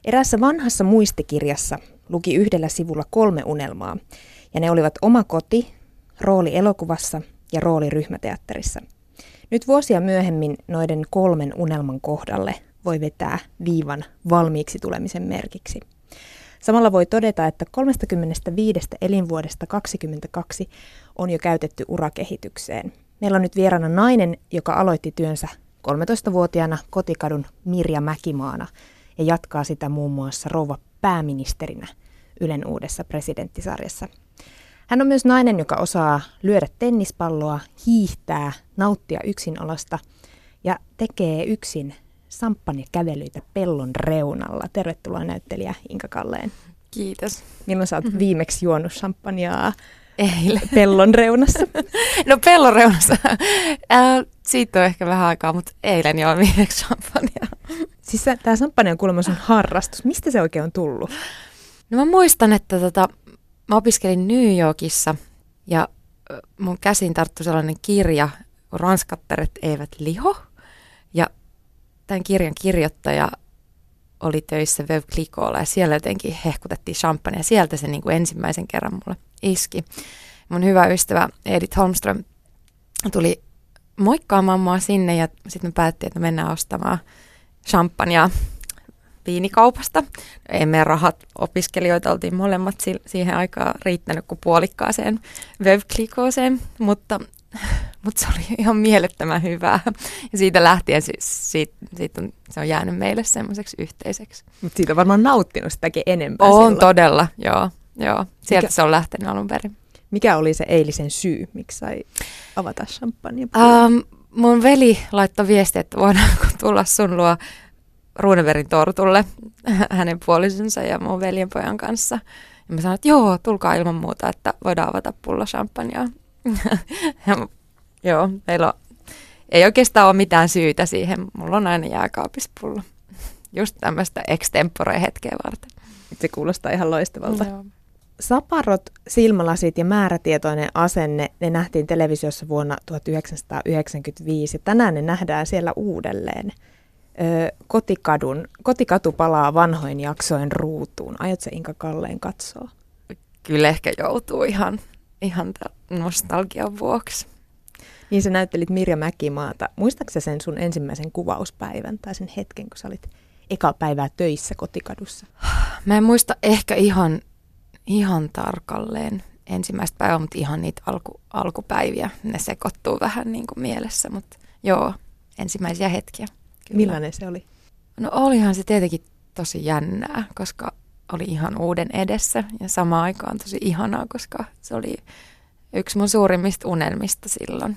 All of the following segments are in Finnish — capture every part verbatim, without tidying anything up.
Eräässä vanhassa muistikirjassa luki yhdellä sivulla kolme unelmaa, ja ne olivat oma koti, rooli elokuvassa ja rooli ryhmäteatterissa. Nyt vuosia myöhemmin noiden kolmen unelman kohdalle voi vetää viivan valmiiksi tulemisen merkiksi. Samalla voi todeta, että kolmekymmentäviisi elinvuodesta kaksikymmentäkaksi on jo käytetty urakehitykseen. Meillä on nyt vieraana nainen, joka aloitti työnsä kolmetoistavuotiaana Kotikadun Mirja Mäkimaana ja jatkaa sitä muun muassa rouva pääministerinä Ylen uudessa presidenttisarjassa. Hän on myös nainen, joka osaa lyödä tennispalloa, hiihtää, nauttia yksinolosta ja tekee yksin samppanjakävelyitä pellon reunalla. Tervetuloa näyttelijä Inka Kalleen. Kiitos. Milloin sä oot mm-hmm. viimeksi juonut samppanjaa Eilen. Pellon reunassa? No pellon reunassa. Äh, siitä on ehkä vähän aikaa, mutta eilen join viimeksi samppanjaa. Siis tämä samppanjan kuulemma on harrastus. Mistä se oikein on tullut? No mä muistan, että tota, mä opiskelin New Yorkissa ja mun käsiin tarttui sellainen kirja, Ranskattaret eivät liho. Ja tämän kirjan kirjoittaja oli töissä Veuve Clicquot'lla ja siellä jotenkin hehkutettiin champagne ja sieltä se niin kuin ensimmäisen kerran mulle iski. Mun hyvä ystävä Edith Holmström tuli moikkaamaan mua sinne ja sitten me päättiin, että me mennään ostamaan champagnea viinikaupasta. Ei meidän rahat opiskelijoita, oltiin molemmat si- siihen aikaan riittänyt kuin puolikkaaseen Veuve Clicquot'seen, mutta, mutta se oli ihan mielettömän hyvää. Ja siitä lähtien siis, siitä, siitä on, se on jäänyt meille semmoiseksi yhteiseksi. Mutta siitä on varmaan nauttinut sitäkin enempää. On silloin. Todella, joo. joo. Sieltä Mikä, se on lähtenyt alun perin. Mikä oli se eilisen syy, miksi sai avata champagne? Um, mun veli laittoi viestiä, että voidaanko tulla sun luo Runebergin tortulle hänen puolisonsa ja mun veljenpojan kanssa. Ja mä sanoin, että joo, tulkaa ilman muuta, että voidaan avata pullo champagnea. ja, joo, meillä on, ei oikeastaan ole mitään syytä siihen. Mulla on aina jääkaapissa pullo. Just tämmöistä extempore-hetkeä varten. Se kuulostaa ihan loistavalta. Joo. Saparot, silmälasit ja määrätietoinen asenne, ne nähtiin televisiossa vuonna tuhatyhdeksänsataayhdeksänkymmentäviisi ja tänään ne nähdään siellä uudelleen. Ö, kotikadun, kotikatu palaa vanhoin jaksoin ruutuun. Aiotko Inka Kalleen katsoa? Kyllä ehkä joutuu ihan, ihan nostalgian vuoksi. Niin sä näyttelit Mirja Mäkimaata. Muistaaksä sen sun ensimmäisen kuvauspäivän tai sen hetken, kun sä olit eka päivää töissä Kotikadussa? Mä en muista ehkä ihan, ihan tarkalleen ensimmäistä päivää, mutta ihan niitä alku, alkupäiviä. Ne sekoittuu vähän niin kuin mielessä, mutta joo, ensimmäisiä hetkiä. Kyllä. Millainen se oli? No olihan se tietenkin tosi jännää, koska oli ihan uuden edessä ja samaan aikaan tosi ihanaa, koska se oli yksi mun suurimmista unelmista silloin.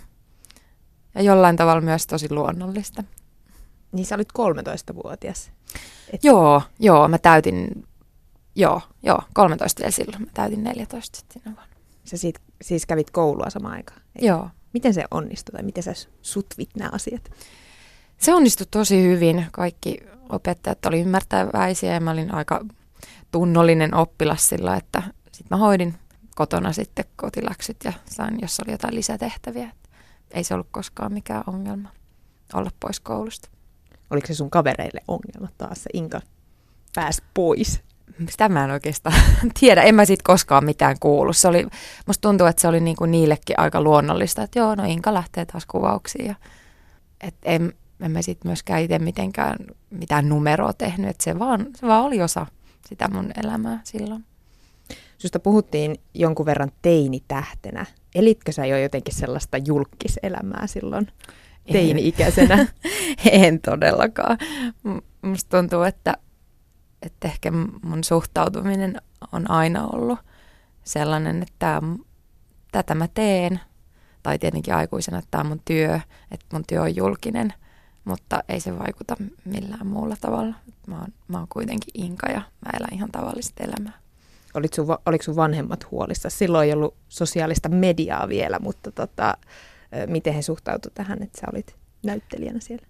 Ja jollain tavalla myös tosi luonnollista. Niin sä olit kolmetoistavuotias. Et... Joo, joo, mä täytin, joo, joo, kolmetoista vielä silloin. Mä täytin neljätoista sinä vuonna. Sä siitä, siis kävit koulua samaan aikaan? Joo. Miten se onnistui tai miten sä sutvit nämä asiat? Se onnistui tosi hyvin. Kaikki opettajat oli ymmärtäväisiä ja mä olin aika tunnollinen oppilas sillä, että sit mä hoidin kotona sitten kotiläksyt ja sain, jos oli jotain lisätehtäviä. Ei se ollut koskaan mikään ongelma olla pois koulusta. Oliko se sun kavereille ongelma taas se Inka pääsi pois? Sitä mä en oikeastaan tiedä. En mä siitä koskaan mitään kuullut. Se oli, musta tuntuu, että se oli niinku niillekin aika luonnollista, että joo, no Inka lähtee taas kuvauksiin. Ja, et en, en mä sit myöskään itse mitenkään mitään numeroa tehnyt. Et se, vaan, se vaan oli osa sitä mun elämää silloin. Susta puhuttiin jonkun verran teinitähtenä. Elitkö sä jo jotenkin sellaista julkiselämää silloin teini-ikäisenä? En todellakaan. Musta tuntuu, että, että ehkä mun suhtautuminen on aina ollut sellainen, että tätä mä teen. Tai tietenkin aikuisena, että tämä on mun työ, että mun työ on julkinen, mutta ei se vaikuta millään muulla tavalla. Mä oon, mä oon kuitenkin Inka ja mä elän ihan tavallista elämää. Olit sun, oliko sun vanhemmat huolissa? Silloin ei ollut sosiaalista mediaa vielä, mutta tota, miten he suhtautuivat tähän, että sä olit näyttelijänä siellä?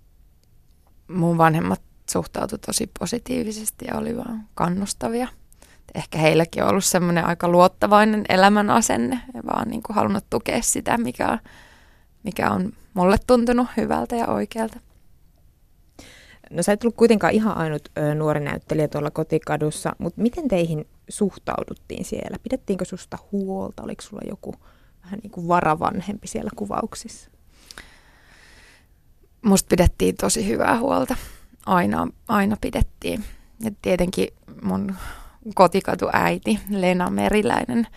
Mun vanhemmat suhtautuivat tosi positiivisesti ja oli vaan kannustavia. Ehkä heilläkin on ollut semmoinen aika luottavainen elämän asenne ja vaan niin kuin halunnut tukea sitä, mikä, mikä on mulle tuntunut hyvältä ja oikealta. No sä et ollut kuitenkaan ihan ainut ö, nuori näyttelijä tuolla Kotikadussa, mutta miten teihin suhtauduttiin siellä? Pidettiinkö susta huolta? Oliko sulla joku vähän niin kuin varavanhempi siellä kuvauksissa? Musta pidettiin tosi hyvää huolta. Aina, aina pidettiin. Ja tietenkin mun kotikatuäiti Lena Meriläinen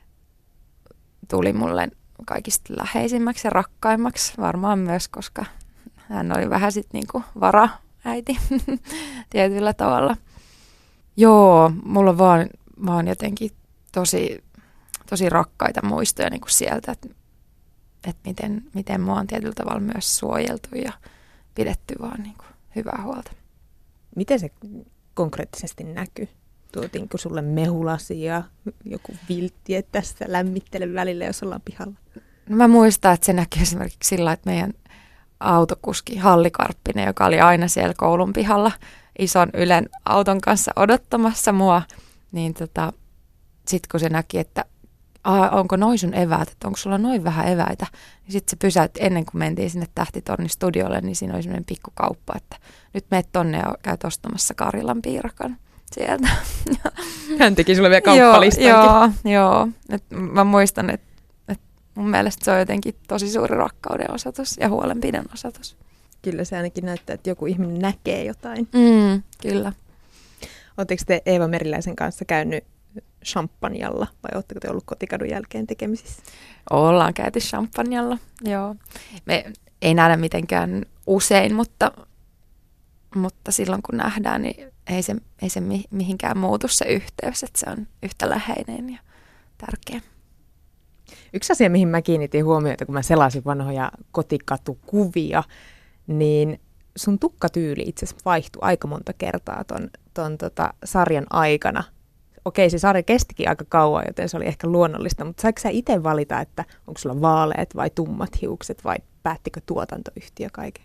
tuli mulle kaikista läheisimmäksi ja rakkaimmaksi. Varmaan myös, koska hän oli vähän sitten niinku varaäiti tietyllä tavalla. Joo, mulla on vaan, vaan jotenkin tosi, tosi rakkaita muistoja niinku sieltä, että et miten, miten mua on tietyllä tavalla myös suojeltu ja pidetty vaan niinku hyvää huolta. Miten se konkreettisesti näkyy? Tuotiinko sulle mehulasi ja joku viltti, että tässä lämmittele välillä, jos ollaan pihalla? No mä muistan, että se näkyy esimerkiksi sillä, että meidän autokuski Halli Karppinen, joka oli aina siellä koulun pihalla ison Ylen auton kanssa odottamassa mua, niin tota, sitten kun se näki, että onko noin sun eväät, että onko sulla noin vähän eväitä, niin sitten se pysäytti ennen kuin mentiin sinne Tähtitornin studiolle, niin siinä oli semmoinen pikkukauppa, että nyt meet tonne ja käyt ostamassa Karjalan piirakan sieltä. Hän teki sulle vielä kauppalistankin. Joo, joo. Et mä muistan, että et mun mielestä se on jotenkin tosi suuri rakkauden osoitus ja huolenpidon osoitus. Kyllä se ainakin näyttää, että joku ihminen näkee jotain. Mm, kyllä. Oletteko te Eeva Meriläisen kanssa käynyt champanjalla vai oletteko te ollut Kotikadun jälkeen tekemisissä? Ollaan käyty champanjalla, joo. Me ei nähdä mitenkään usein, mutta, mutta silloin kun nähdään, niin ei se, ei se mihinkään muutu se yhteys, että se on yhtä läheinen ja tärkeä. Yksi asia, mihin mä kiinnitin huomiota, kun mä selasin vanhoja Kotikatukuvia, niin sun tukkatyyli itse asiassa vaihtui aika monta kertaa ton, ton tota sarjan aikana. Okei, se sarja kestikin aika kauan, joten se oli ehkä luonnollista, mutta saiko sä itse valita, että onko sulla vaaleat vai tummat hiukset vai päättikö tuotantoyhtiö kaiken?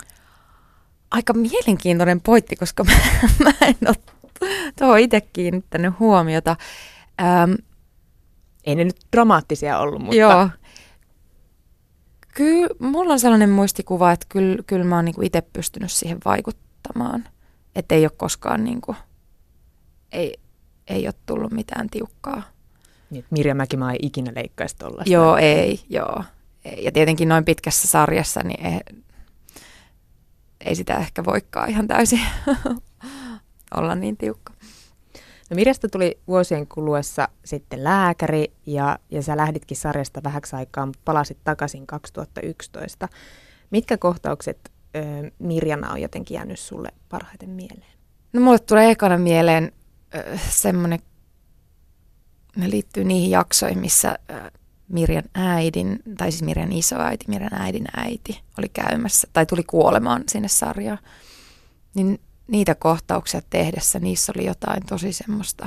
Aika mielenkiintoinen pointti, koska mä, mä en ole tuohon itse kiinnittänyt huomiota. Ähm, Ei ne nyt dramaattisia ollut, mutta... Joo. Kyllä mulla on sellainen muistikuva, että kyllä, kyllä mä oon niinku itse pystynyt siihen vaikuttamaan. Että ei ole koskaan niinku... Ei, ei ole tullut mitään tiukkaa. Niin, Mirja Mäkimaa ei ikinä leikkaisi tollaista. Joo, ei, joo. Ja tietenkin noin pitkässä sarjassa, niin ei, ei sitä ehkä voikaan ihan täysin olla niin tiukka. No Mirjasta tuli vuosien kuluessa sitten lääkäri ja, ja sä lähditkin sarjasta vähäksi aikaa, mutta palasit takaisin kaksituhattayksitoista. Mitkä kohtaukset ö, Mirjana on jotenkin jäänyt sulle parhaiten mieleen? No mulle tulee ekana mieleen ö, semmoinen, ne liittyy niihin jaksoihin, missä ö, Mirjan äidin, tai siis Mirjan isoäiti, Mirjan äidin äiti oli käymässä, tai tuli kuolemaan sinne sarjaan. Niin niitä kohtauksia tehdessä, niissä oli jotain tosi semmoista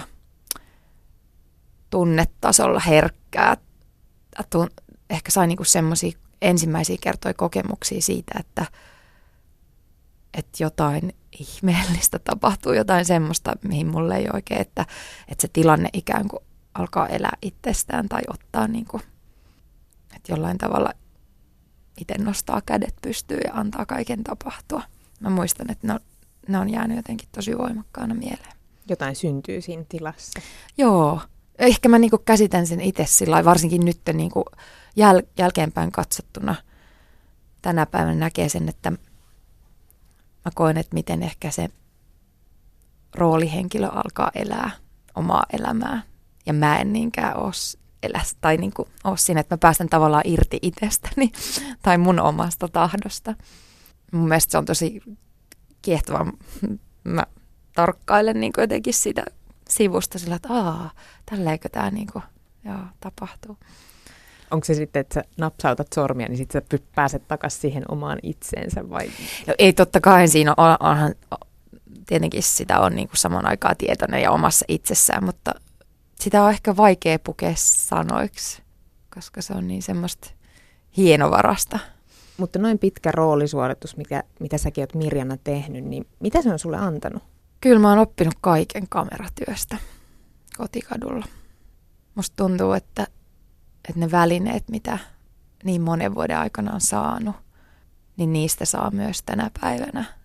tunnetasolla herkkää. Tun, ehkä sai niinku semmoisia ensimmäisiä kertoja kokemuksia siitä, että, että jotain ihmeellistä tapahtuu, jotain semmoista, mihin mulle ei oikein, että, että se tilanne ikään kuin alkaa elää itsestään tai ottaa niinku, että jollain tavalla itse nostaa kädet pystyyn ja antaa kaiken tapahtua. Mä muistan, että ne Ne on jäänyt jotenkin tosi voimakkaana mieleen. Jotain syntyy siinä tilassa. Joo. Ehkä mä niinku käsitän sen itse sillä varsinkin nyt niinku jäl- jälkeenpäin katsottuna tänä päivänä näkee sen, että mä koen, että miten ehkä se roolihenkilö alkaa elää omaa elämää. Ja mä en niinkään ole, elä, tai niinku ole siinä, että mä päästän tavallaan irti itsestäni tai mun omasta tahdosta. Mun mielestä se on tosi kiehtovaa. Mä tarkkailen niin jotenkin sitä sivusta sillä, että aah, tälleekö tämä niin kuin, joo, tapahtuu. Onko se sitten, että sä napsautat sormia, niin sitten sä pääset takaisin siihen omaan itseensä vai? No, ei totta kai siinä on, onhan, tietenkin sitä on niin kuin saman aikaa tietoinen ja omassa itsessään, mutta sitä on ehkä vaikea pukea sanoiksi, koska se on niin semmoista hienovarasta. Mutta noin pitkä roolisuoritus, mikä, mitä säkin oot Mirjana tehnyt, niin mitä se on sulle antanut? Kyllä mä oon oppinut kaiken kameratyöstä Kotikadulla. Musta tuntuu, että, että ne välineet, mitä niin monen vuoden aikana on saanut, niin niistä saa myös tänä päivänä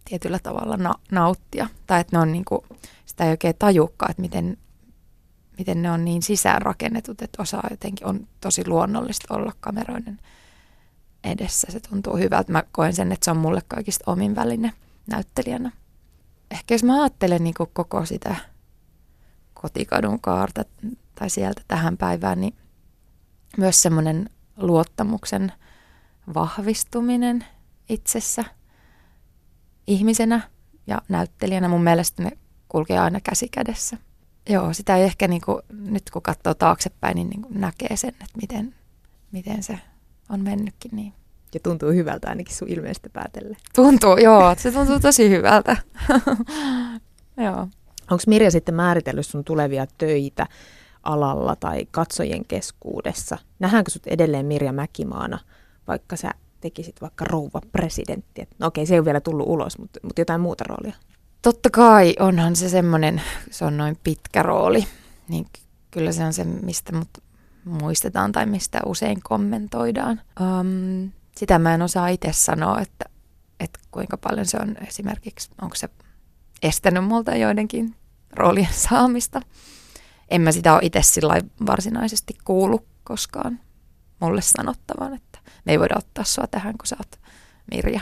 tietyllä tavalla na- nauttia. Tai että ne on niin kuin, sitä ei oikein tajukaan, että miten, miten ne on niin sisäänrakennetut, että osaa jotenkin on tosi luonnollista olla kameroiden edessä. Se tuntuu hyvältä. Mä koen sen, että se on mulle kaikista omin väline näyttelijänä. Ehkä jos mä ajattelen niin kuin koko sitä kotikadun kaarta tai sieltä tähän päivään, niin myös semmoinen luottamuksen vahvistuminen itsessä ihmisenä ja näyttelijänä. Mun mielestä ne kulkee aina käsi kädessä. Joo, sitä ei ehkä niinku, nyt kun katsoo taaksepäin, niin niinku näkee sen, että miten, miten se on mennytkin niin. Ja tuntuu hyvältä ainakin sun ilmeistä päätellen. Tuntuu, joo. Se tuntuu tosi hyvältä. Joo. Onko Mirja sitten määritellyt sun tulevia töitä alalla tai katsojien keskuudessa? Nähdäänkö sut edelleen Mirja Mäkimaana, vaikka sä tekisit vaikka rouva presidentti? No okei, se ei ole vielä tullut ulos, mutta, mutta jotain muuta roolia. Totta kai onhan se semmoinen, se on noin pitkä rooli. Niin kyllä se on se, mistä mut muistetaan tai mistä usein kommentoidaan. Um, sitä mä en osaa itse sanoa, että, että kuinka paljon se on esimerkiksi, onko se estänyt multa joidenkin roolien saamista. En mä sitä ole itse sillä varsinaisesti kuullut koskaan mulle sanottavan, että me ei voida ottaa sua tähän, kun sä oot Mirja.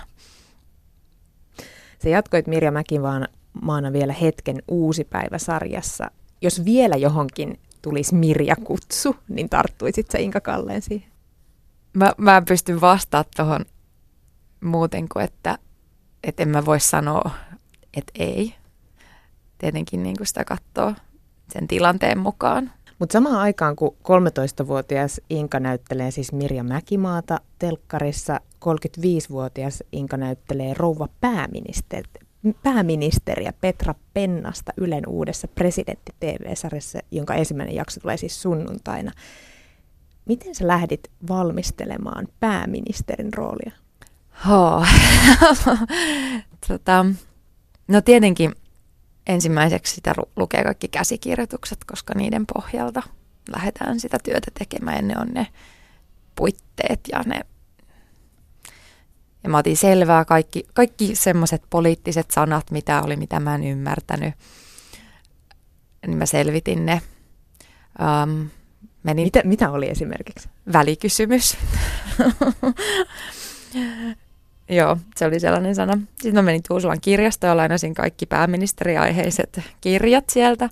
Sä jatkoit Mirja Mäkimaana vielä hetken Uusi päivä-sarjassa. Jos vielä johonkin tulisi Mirja-kutsu, niin tarttuisit sä Inka Kalleen siihen? Mä, mä pystyn vastaamaan tuohon muuten kuin, että, että en mä voi sanoa, että ei. Tietenkin niin kuin sitä katsoo sen tilanteen mukaan. Mutta samaan aikaan, kun kolmetoistavuotias Inka näyttelee siis Mirja Mäkimaata telkkarissa, kolmekymmentäviisivuotias Inka näyttelee rouva pääministeri, pääministeriä Petra Pennasta Ylen uudessa presidentti-T V-sarjassa, jonka ensimmäinen jakso tulee siis sunnuntaina. Miten sä lähdit valmistelemaan pääministerin roolia? Oh. tota, no tietenkin ensimmäiseksi sitä lukee kaikki käsikirjoitukset, koska niiden pohjalta lähdetään sitä työtä tekemään ja ne on ne puitteet ja ne. Ja mä otin selvää kaikki, kaikki semmoiset poliittiset sanat, mitä oli, mitä mä en ymmärtänyt. Niin mä selvitin ne. Um, menin mitä, mitä oli esimerkiksi? Välikysymys. Joo, se oli sellainen sana. Sitten mä menin Tuusulan kirjastoon ja lainasin kaikki pääministeriaiheiset kirjat sieltä.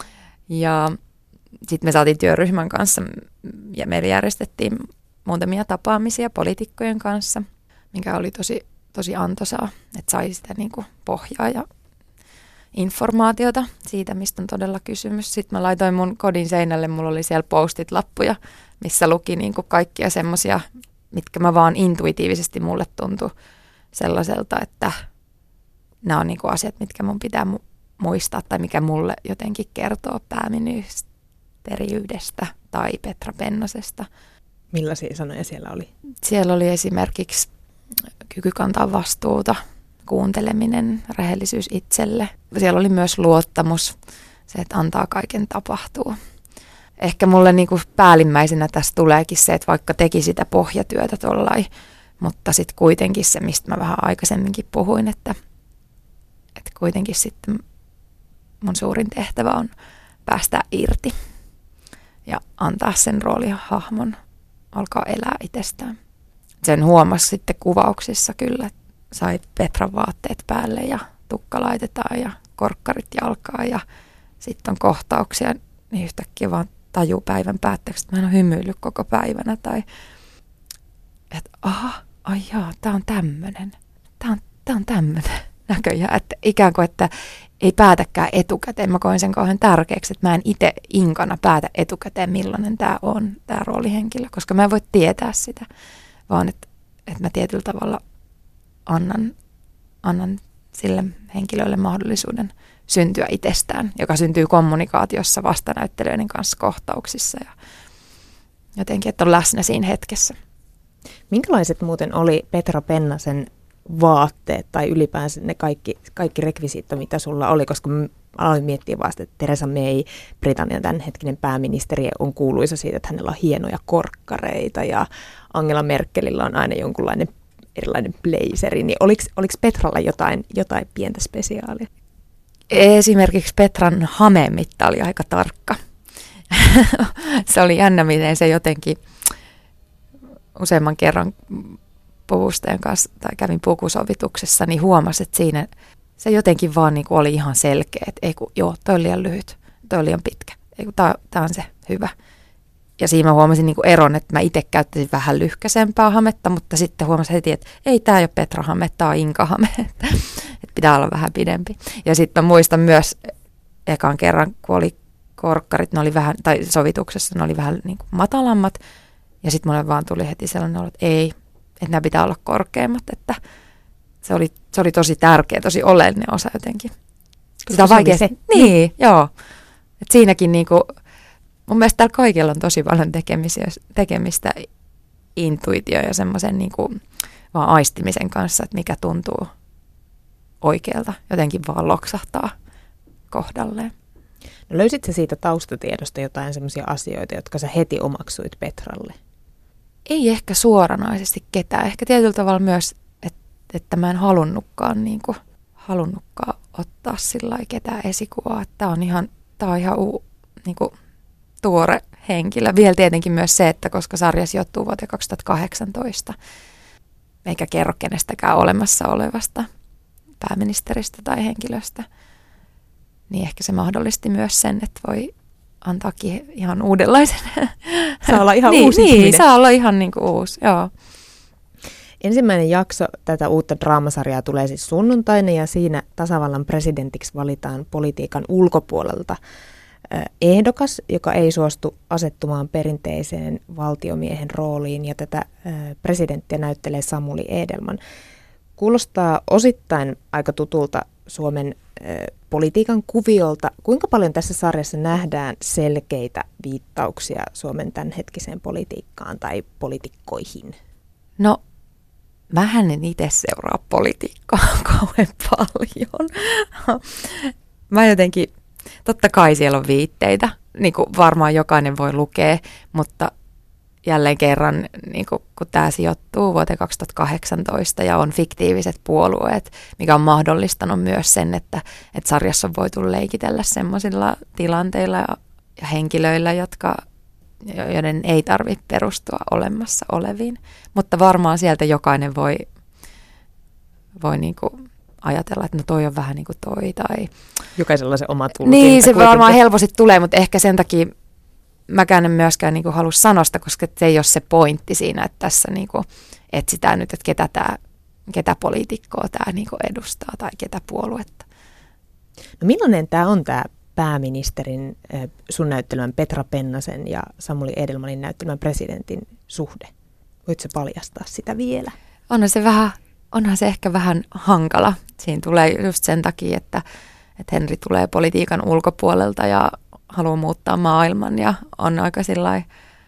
Ja sitten me saatiin työryhmän kanssa ja meillä järjestettiin muutamia tapaamisia poliitikkojen kanssa, mikä oli tosi, tosi antoisaa, että sai sitä niinku pohjaa ja informaatiota siitä, mistä on todella kysymys. Sitten mä laitoin mun kodin seinälle, mulla oli siellä postit-lappuja, missä luki niinku kaikkia semmoisia, mitkä mä vaan intuitiivisesti mulle tuntui sellaiselta, että nämä on niinku asiat, mitkä mun pitää mu- muistaa tai mikä mulle jotenkin kertoo pääministeriydestä tai Petra Pennasesta. Millaisia sanoja siellä oli? Siellä oli esimerkiksi kyky kantaa vastuuta, kuunteleminen, rehellisyys itselle. Siellä oli myös luottamus, se, että antaa kaiken tapahtua. Ehkä mulle niin kuin päällimmäisenä tässä tuleekin se, että vaikka teki sitä pohjatyötä tollain, mutta sitten kuitenkin se, mistä mä vähän aikaisemminkin puhuin, että, että kuitenkin sitten mun suurin tehtävä on päästä irti ja antaa sen roolin hahmon alkaa elää itsestään. Sen huomasi sitten kuvauksissa kyllä, että sai Petran vaatteet päälle ja tukka laitetaan ja korkkarit jalkaan ja sitten on kohtauksia, niin yhtäkkiä vaan tajuu päivän päätteeksi, että mä en ole hymyillyt koko päivänä tai että aha, ai jaa, tää on tämmönen, tää on, tää on tämmönen näköjään, että ikään kuin, että ei päätäkään etukäteen. Mä koen sen kauhean tärkeäksi, että mä en itse Inkana päätä etukäteen, millainen tää on, tää roolihenkilö, koska mä en voi tietää sitä, vaan että, että mä tietyllä tavalla annan, annan sille henkilölle mahdollisuuden syntyä itsestään, joka syntyy kommunikaatiossa vastanäyttelijöiden kanssa kohtauksissa ja jotenkin, että on läsnä siinä hetkessä. Minkälaiset muuten oli Petra Pennasen vaatteet tai ylipäänsä ne kaikki, kaikki rekvisiitto, mitä sulla oli, koska aloin miettiä vasta, että Theresa May, Britannian tämänhetkinen pääministeri, on kuuluisa siitä, että hänellä on hienoja korkkareita ja Angela Merkelillä on aina jonkunlainen erilainen blazeri, niin oliko, oliko Petralla jotain, jotain pientä spesiaalia? Esimerkiksi Petran hamemitta oli aika tarkka. Se oli jännä, miten se jotenkin useamman kerran puvustajan kanssa tai kävin pukusovituksessa, niin huomasi, että siinä se jotenkin vaan niin kuin oli ihan selkeä, että ei kun, joo, toi on liian lyhyt, toi on liian pitkä, ei kun tää, tää on se hyvä. Ja siinä mä huomasin niin kuin eron, että mä itse käyttäisin vähän lyhkäisempää hametta, mutta sitten huomasin heti, että ei tää ei ole Petra hame, tää on Inka hame, että pitää olla vähän pidempi. Ja sitten mä muistan myös ekan kerran, kun oli korkkarit, ne oli vähän, tai sovituksessa ne oli vähän niin kuin matalammat, ja sitten mulle vaan tuli heti sellainen olo, että ei, että nämä pitää olla korkeammat, että se oli, se oli tosi tärkeä, tosi oleellinen osa jotenkin. Sitä on vaikea. Se, niin, joo. Et siinäkin niinku, mun mielestä täällä kaikilla on tosi paljon tekemistä, tekemistä intuitio ja semmoisen niinku vaan aistimisen kanssa, että mikä tuntuu oikealta. Jotenkin vaan loksahtaa kohdalleen. No löysitkö siitä taustatiedosta jotain semmoisia asioita, jotka sä heti omaksuit Petralle? Ei ehkä suoranaisesti ketään. Ehkä tietyllä tavalla myös, että, että mä en halunnutkaan, niin kuin, halunnutkaan ottaa sillä ketään esikuvaa. Tämä on ihan, tää on ihan uu, niin kuin, tuore henkilö. Vielä tietenkin myös se, että koska sarja sijoittuu vuoteen kaksituhattakahdeksantoista, eikä kerro kenestäkään olemassa olevasta pääministeristä tai henkilöstä, niin ehkä se mahdollisti myös sen, että voi antaakin ihan uudenlaisen. Saa olla ihan niin, uusi niin, ihminen. saa olla ihan niin kuin uusi, joo. Ensimmäinen jakso tätä uutta draamasarjaa tulee siis sunnuntaina ja siinä tasavallan presidentiksi valitaan politiikan ulkopuolelta ehdokas, joka ei suostu asettumaan perinteiseen valtiomiehen rooliin ja tätä presidenttiä näyttelee Samuli Edelman. Kuulostaa osittain aika tutulta Suomen politiikan kuviolta. Kuinka paljon tässä sarjassa nähdään selkeitä viittauksia Suomen tämänhetkiseen politiikkaan tai poliitikkoihin? No, mähän en itse seuraa politiikkaa kauhean paljon. Mä jotenkin, totta kai siellä on viitteitä, niin kuin varmaan jokainen voi lukea, mutta jälleen kerran, niin kuin, kun tämä sijoittuu vuoteen kaksituhattakahdeksantoista ja on fiktiiviset puolueet, mikä on mahdollistanut myös sen, että, että sarjassa on voitu leikitellä semmoisilla tilanteilla ja, ja henkilöillä, jotka, joiden ei tarvitse perustua olemassa oleviin. Mutta varmaan sieltä jokainen voi, voi niin kuin ajatella, että no toi on vähän niin kuin toi. Tai jokaisella se oma tulkinta. Niin, se varmaan helposti tulee, mutta ehkä sen takia mäkään en myöskään niin kuin halua sanoa sitä, koska se ei ole se pointti siinä, että tässä niin kuin etsitään nyt, että ketä, tämä, ketä poliitikkoa tämä niin kuin edustaa tai ketä puoluetta. No millainen tämä on tämä pääministerin, sun näyttelemän Petra Pennasen ja Samuli Edelmanin näyttelemän presidentin suhde? Voitko paljastaa sitä vielä? Onhan se, vähän, onhan se ehkä vähän hankala. Siinä tulee just sen takia, että, että Henri tulee politiikan ulkopuolelta ja haluaa muuttaa maailman ja on aika sillai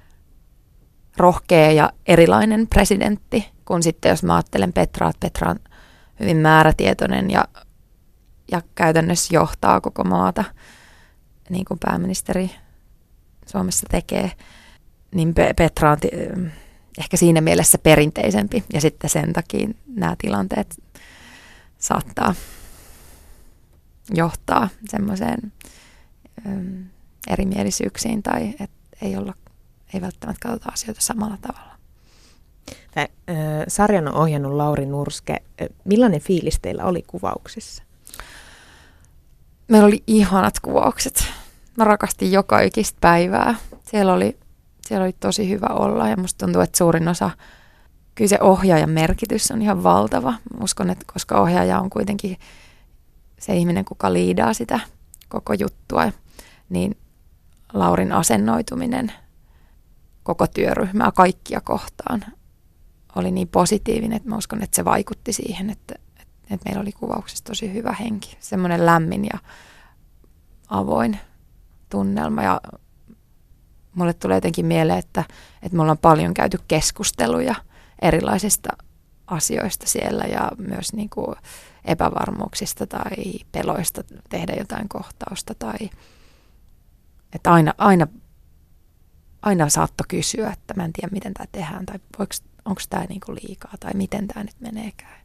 rohkea ja erilainen presidentti, kun sitten jos mä ajattelen Petraa, että Petra on hyvin määrätietoinen ja, ja käytännössä johtaa koko maata, niin kuin pääministeri Suomessa tekee, niin Petra on t- ehkä siinä mielessä perinteisempi ja sitten sen takia nämä tilanteet saattaa johtaa semmoiseen Öm, erimielisyyksiin tai että ei, olla, ei välttämättä katsota asioita samalla tavalla. Tämä, äh, sarjan on ohjannut Lauri Nurske. Millainen fiilis teillä oli kuvauksissa? Meillä oli ihanat kuvaukset. Mä rakastin joka ikistä päivää. Siellä oli, siellä oli tosi hyvä olla ja musta tuntuu, että suurin osa, kyllä se ohjaajan merkitys on ihan valtava. Mä uskon, että koska ohjaaja on kuitenkin se ihminen, kuka liidaa sitä koko juttua, niin Laurin asennoituminen koko työryhmää kaikkia kohtaan oli niin positiivinen, että mä uskon, että se vaikutti siihen, että, että meillä oli kuvauksessa tosi hyvä henki. Semmoinen lämmin ja avoin tunnelma ja mulle tulee jotenkin mieleen, että, että me ollaan paljon käyty keskusteluja erilaisista asioista siellä ja myös niin kuin epävarmuuksista tai peloista tehdä jotain kohtausta tai että aina, aina, aina saattoi kysyä, että mä en tiedä miten tämä tehdään tai voiko onko tämä niinku liikaa tai miten tämä nyt meneekään.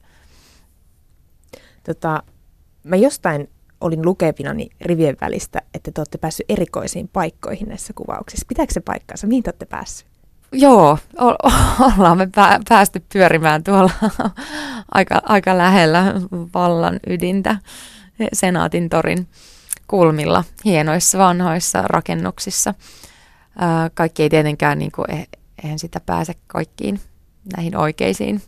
Tota, mä jostain olin lukevinani rivien välistä, että te olette päässyt erikoisiin paikkoihin näissä kuvauksissa. Pitääkö se paikkaansa? Mihin te olette päässyt? Joo, o- ollaan me pää- päästy pyörimään tuolla aika, aika lähellä vallan ydintä Senaatin torin kulmilla, hienoissa vanhoissa rakennuksissa. Ää, kaikki ei tietenkään, niin kuin, eihän sitä pääse kaikkiin näihin oikeisiin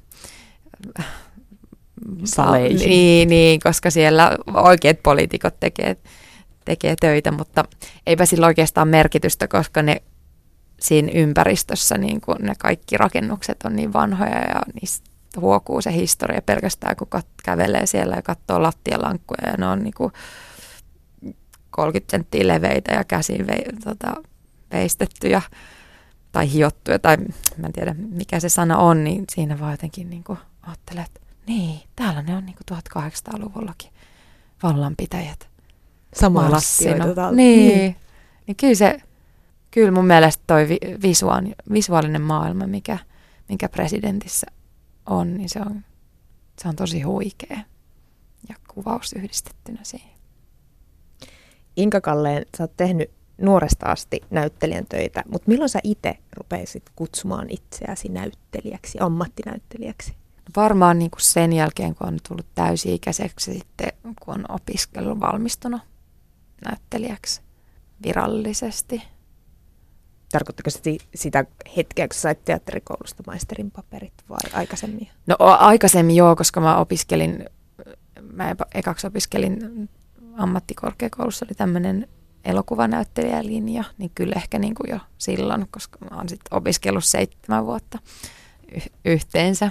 saleihin. Niin, niin, koska siellä oikeat poliitikot tekee, tekee töitä, mutta eipä sillä oikeastaan merkitystä, koska ne siinä ympäristössä niin kun ne kaikki rakennukset on niin vanhoja ja niistä huokuu se historia pelkästään, kun kat- kävelee siellä ja katsoo lattialankkuja ja ne on niin kuin kolmekymmentä senttiä leveitä ja käsin vei, tota, veistettyjä tai hiottuja tai mä en tiedä mikä se sana on, niin siinä vaan jotenkin niin kuin ajattelee, että niin, täällä ne on niin kuin tuhatkahdeksansataaluvullakin vallanpitäjät. Samaa lattioita. Niin, niin. niin kyllä se, kyllä mun mielestä toi vi, visuaali, visuaalinen maailma, mikä, mikä presidentissä on, niin se on, se on tosi huikea ja kuvaus yhdistettynä siihen. Inka Kalleen, sä oot tehnyt nuoresta asti näyttelijän töitä, mutta milloin sä itse rupesit kutsumaan itseäsi näyttelijäksi, ammattinäyttelijäksi? Varmaan niin kuin sen jälkeen, kun on tullut täysi-ikäiseksi sitten, kun on opiskellut valmistunut näyttelijäksi virallisesti. Tarkoittako se sitä hetkeä, kun sä sait teatterikoulusta maisterin paperit vai aikaisemmin? No aikaisemmin joo, koska mä opiskelin, mä ekaksi opiskelin ammattikorkeakoulussa, oli tämmöinen elokuvanäyttelijälinja, niin kyllä ehkä niin kuin jo silloin, koska mä oon sitten opiskellut seitsemän vuotta y- yhteensä.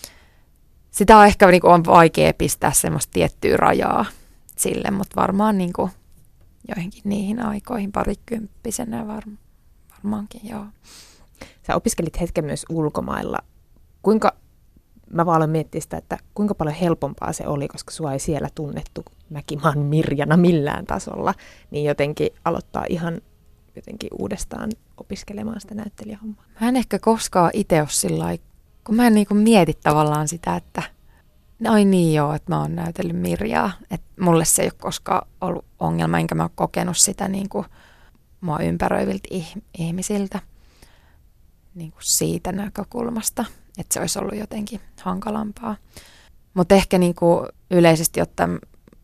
Sitä on ehkä niin kuin on vaikea pistää semmoista tiettyä rajaa sille, mutta varmaan niin kuin joihinkin niihin aikoihin parikymppisenä varmaan. Varmaankin, joo. Sä opiskelit hetken myös ulkomailla. Kuinka, mä vaan aloin miettiä sitä, että kuinka paljon helpompaa se oli, koska sua ei siellä tunnettu Mäkimaan Mirjana millään tasolla, niin jotenkin aloittaa ihan jotenkin uudestaan opiskelemaan sitä näyttelijähommaa. Mä en ehkä koskaan itse ole sillä lailla, kun mä en niin kuin mieti tavallaan sitä, että ai niin joo, että mä oon näytellyt Mirjaa. Että mulle se ei ole koskaan ollut ongelma, enkä mä ole kokenut sitä niin kuin mua ympäröiviltä ihmisiltä niin kuin siitä näkökulmasta, että se olisi ollut jotenkin hankalampaa. Mutta ehkä niin kuin yleisesti ottaen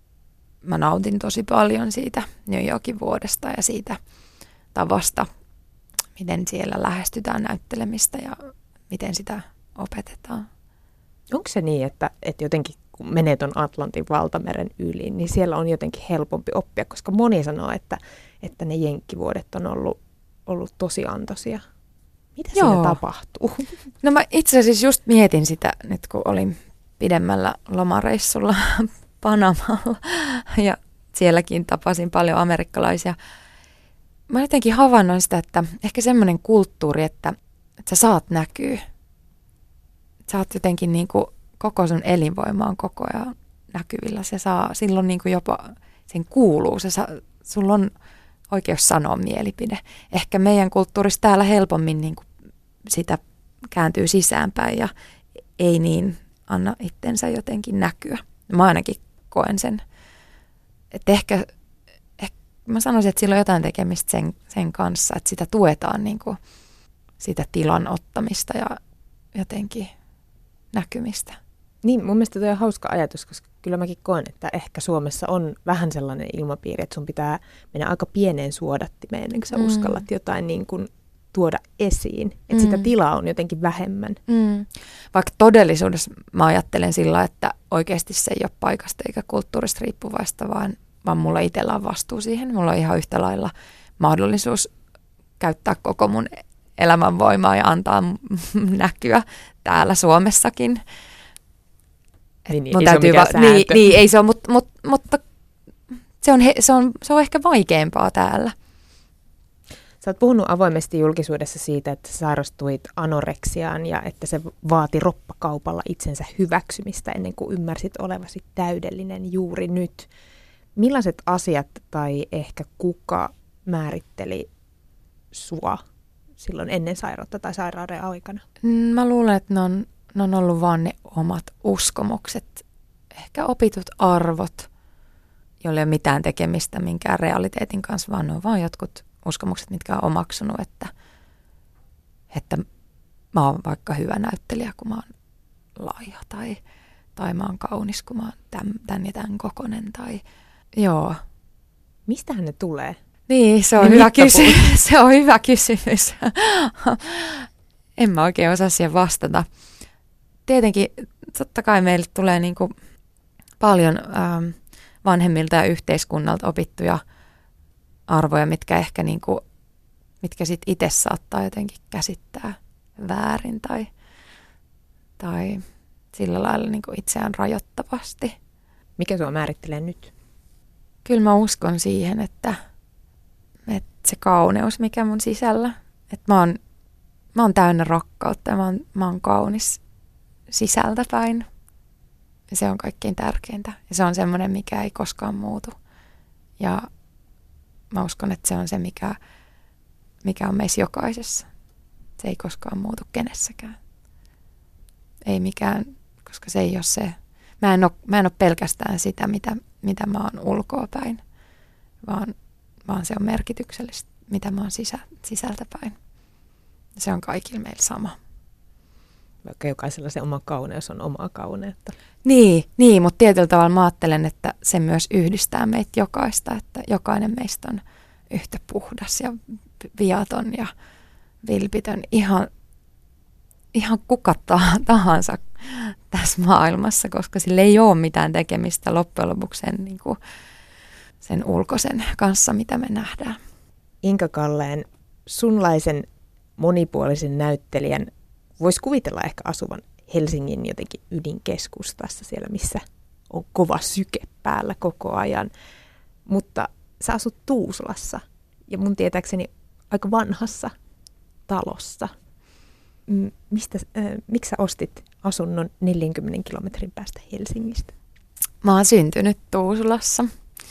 mä nautin tosi paljon siitä New Yorkin vuodesta ja siitä tavasta, miten siellä lähestytään näyttelemistä ja miten sitä opetetaan. Onko se niin, että, että jotenkin kun menee tuon Atlantin valtameren yli, niin siellä on jotenkin helpompi oppia, koska moni sanoo, että, että ne jenkkivuodet on ollut, ollut tosi antoisia. Mitä Joo. siinä tapahtuu? No mä itse asiassa just mietin sitä nyt, kun olin pidemmällä lomareissulla Panamalla ja sielläkin tapasin paljon amerikkalaisia. Mä jotenkin havainnoin sitä, että ehkä semmoinen kulttuuri, että, että sä saat näkyä. Sä oot jotenkin niin kuin koko sun elinvoima on koko ajan näkyvillä. Se saa, silloin niin kuin jopa sen kuuluu. Se saa, sulla on oikeus sanoa mielipide. Ehkä meidän kulttuurissa täällä helpommin niin kuin sitä kääntyy sisäänpäin ja ei niin anna itsensä jotenkin näkyä. Mä ainakin koen sen. Että ehkä, ehkä mä sanoisin, että sillä on jotain tekemistä sen, sen kanssa, että sitä tuetaan niin kuin sitä tilan ottamista ja jotenkin näkymistä. Niin, mun mielestä toi on hauska ajatus, koska kyllä mäkin koen, että ehkä Suomessa on vähän sellainen ilmapiiri, että sun pitää mennä aika pieneen suodattimeen ennen kuin sä mm. uskallat jotain niin kuin tuoda esiin. Että mm. sitä tilaa on jotenkin vähemmän. Mm. Vaikka todellisuudessa mä ajattelen sillä, että oikeasti se ei ole paikasta eikä kulttuurista riippuvaista, vaan, vaan mulla itsellä on vastuu siihen. Mulla on ihan yhtä lailla mahdollisuus käyttää koko mun elämänvoimaa ja antaa näkyä täällä Suomessakin. Niin, niin, ei se va- niin, niin, ei se ole, mutta, mutta, mutta se, on he, se, on, se on ehkä vaikeampaa täällä. Sä oot puhunut avoimesti julkisuudessa siitä, että sairastuit anoreksiaan ja että se vaati roppakaupalla itsensä hyväksymistä ennen kuin ymmärsit olevasi täydellinen juuri nyt. Millaiset asiat tai ehkä kuka määritteli sua silloin ennen sairautta tai sairauden aikana? Mä luulen, että ne on, ne on ollut vaan ne omat uskomukset, ehkä opitut arvot, joilla ei ole mitään tekemistä minkään realiteetin kanssa, vaan ne on vaan jotkut uskomukset, mitkä on omaksunut, että, että mä oon vaikka hyvä näyttelijä, kun mä oon laiha, tai, tai mä oon kaunis, kun mä oon tämän, tämän ja tämän kokonen, tai joo. Mistähän ne tulee? Niin, se on, hyvä, kysy- se on hyvä kysymys. En mä oikein osaa siihen vastata. Tietenkin totta kai meille tulee niin kuin paljon ähm, vanhemmilta ja yhteiskunnalta opittuja arvoja, mitkä ehkä niin kuin, mitkä sit itse saattaa jotenkin käsittää väärin tai, tai sillä lailla niin kuin itseään rajoittavasti. Mikä sua määrittelee nyt? Kyllä mä uskon siihen, että, että se kauneus, mikä mun sisällä, että mä oon, mä oon täynnä rakkautta ja mä oon, mä oon kaunis sisältäpäin. Ja se on kaikkein tärkeintä. Ja se on semmoinen, mikä ei koskaan muutu. Ja mä uskon, että se on se, mikä, mikä on meissä jokaisessa. Se ei koskaan muutu kenessäkään. Ei mikään, koska se ei ole se. Mä en ole, mä en ole pelkästään sitä, mitä, mitä mä oon ulkoapäin, vaan, vaan se on merkityksellistä, mitä mä oon sisä, sisältäpäin. Se on kaikilla meillä sama. Vaikka jokaisella se oma kauneus on omaa kauneutta. Niin, niin, mutta tietyllä tavalla mä ajattelen, että se myös yhdistää meitä jokaista, että jokainen meistä on yhtä puhdas ja viaton ja vilpitön, ihan, ihan kuka tahansa tässä maailmassa, koska sillä ei ole mitään tekemistä loppujen lopuksi sen, niin kuin, sen ulkoisen kanssa, mitä me nähdään. Inka Kalleen, sunlaisen monipuolisen näyttelijän voisi kuvitella ehkä asuvan Helsingin jotenkin ydinkeskustassa, siellä missä on kova syke päällä koko ajan. Mutta sä asut Tuusulassa ja mun tietääkseni aika vanhassa talossa. Mistä, äh, miksi sä ostit asunnon neljänkymmenen kilometrin päästä Helsingistä? Mä oon syntynyt Tuusulassa.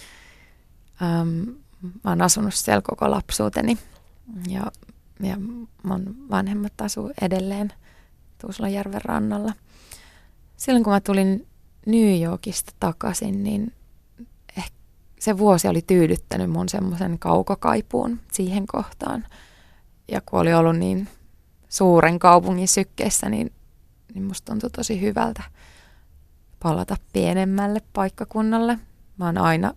Ähm, mä oon asunut siellä koko lapsuuteni ja, ja mun vanhemmat asuu edelleen Tuusulanjärven rannalla. Silloin kun mä tulin New Yorkista takaisin, niin ehkä se vuosi oli tyydyttänyt mun semmoisen kaukokaipuun siihen kohtaan. Ja kun oli ollut niin suuren kaupungin sykkeessä, niin, niin musta tuntui tosi hyvältä palata pienemmälle paikkakunnalle. Mä oon aina,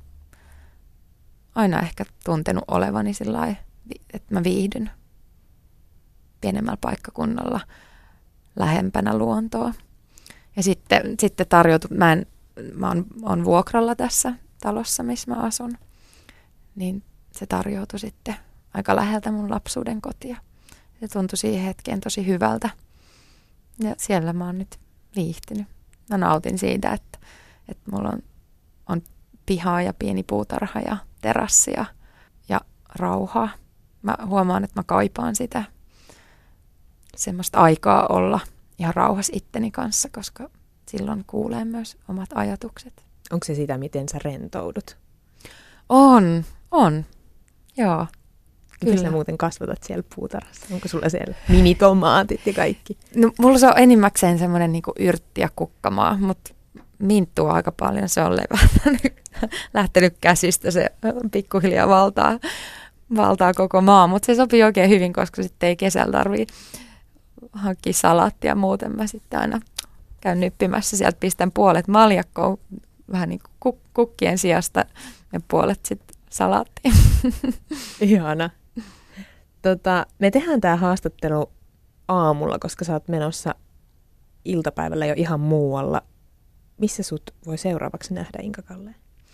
aina ehkä tuntenut olevani sillä lailla, että mä viihdyn pienemmällä paikkakunnalla lähempänä luontoa. Ja sitten, sitten tarjoutu, mä, en, mä oon, oon vuokralla tässä talossa, missä mä asun, niin se tarjoutui sitten aika läheltä mun lapsuuden kotia. Se tuntui siihen hetkeen tosi hyvältä. Ja siellä mä oon nyt viihtynyt. Mä nautin siitä, että, että mulla on, on pihaa ja pieni puutarha ja terassi ja, ja rauhaa. Mä huomaan, että mä kaipaan sitä semmoista aikaa olla ihan rauhassa itteni kanssa, koska silloin kuulee myös omat ajatukset. Onko se sitä, miten sä rentoudut? On, on, joo. Miten sä muuten kasvatat siellä puutarhassa? Onko sulla siellä minitomaatit ja kaikki? No, mulla se on enimmäkseen semmoinen niinku yrtti- ja kukkamaa, mutta minttua aika paljon. Se on levähtänyt, lähtenyt käsistä, se pikkuhiljaa valtaa, valtaa koko maa. Mutta se sopii oikein hyvin, koska sitten ei kesällä tarvitse hankkia salaattia. Muuten mä sitten aina käyn nyppimässä. Sieltä pistän puolet maljakkoon vähän niin kuin kuk- kukkien sijasta ja puolet sitten salaattiin. Ihana. Tota, me tehdään tämä haastattelu aamulla, koska sä oot menossa iltapäivällä jo ihan muualla. Missä sut voi seuraavaksi nähdä, Inka Kalleen?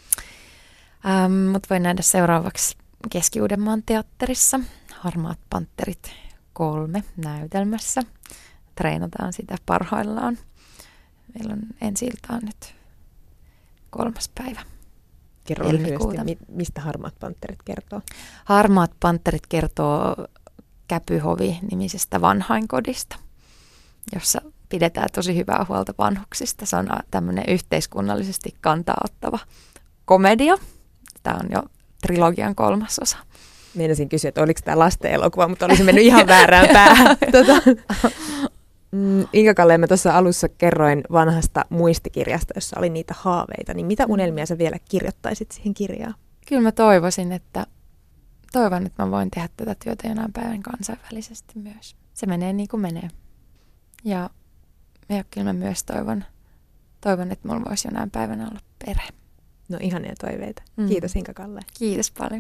Ähm, mut voi nähdä seuraavaksi Keski-Uudenmaan teatterissa. Harmaat Panterit kolme näytelmässä. Treenataan sitä parhaillaan. Meillä on ensi-iltaan nyt kolmas päivä. Kerro lyhyesti, mistä Harmaat Panterit kertoo? Harmaat Panterit kertoo Käpyhovi-nimisestä vanhainkodista, jossa pidetään tosi hyvää huolta vanhuksista. Se on tämmöinen yhteiskunnallisesti kantaa ottava komedia. Tämä on jo trilogian kolmas osa. Meinasin kysyä, että oliko tämä lasten elokuva, mutta olisi mennyt ihan väärään päähän. tota, mm, Inka-Kalle, mä tuossa alussa kerroin vanhasta muistikirjasta, jossa oli niitä haaveita. Niin mitä unelmia sä vielä kirjoittaisit siihen kirjaan? Kyllä mä toivoisin, että toivon, että mä voin tehdä tätä työtä jonain päivän kansainvälisesti myös. Se menee niin kuin menee. Ja, ja kyllä mä myös toivon, toivon, että mulla voisi jonain päivänä olla perhe. No ihania toiveita. Mm. Kiitos Inka-Kalle. Kiitos paljon.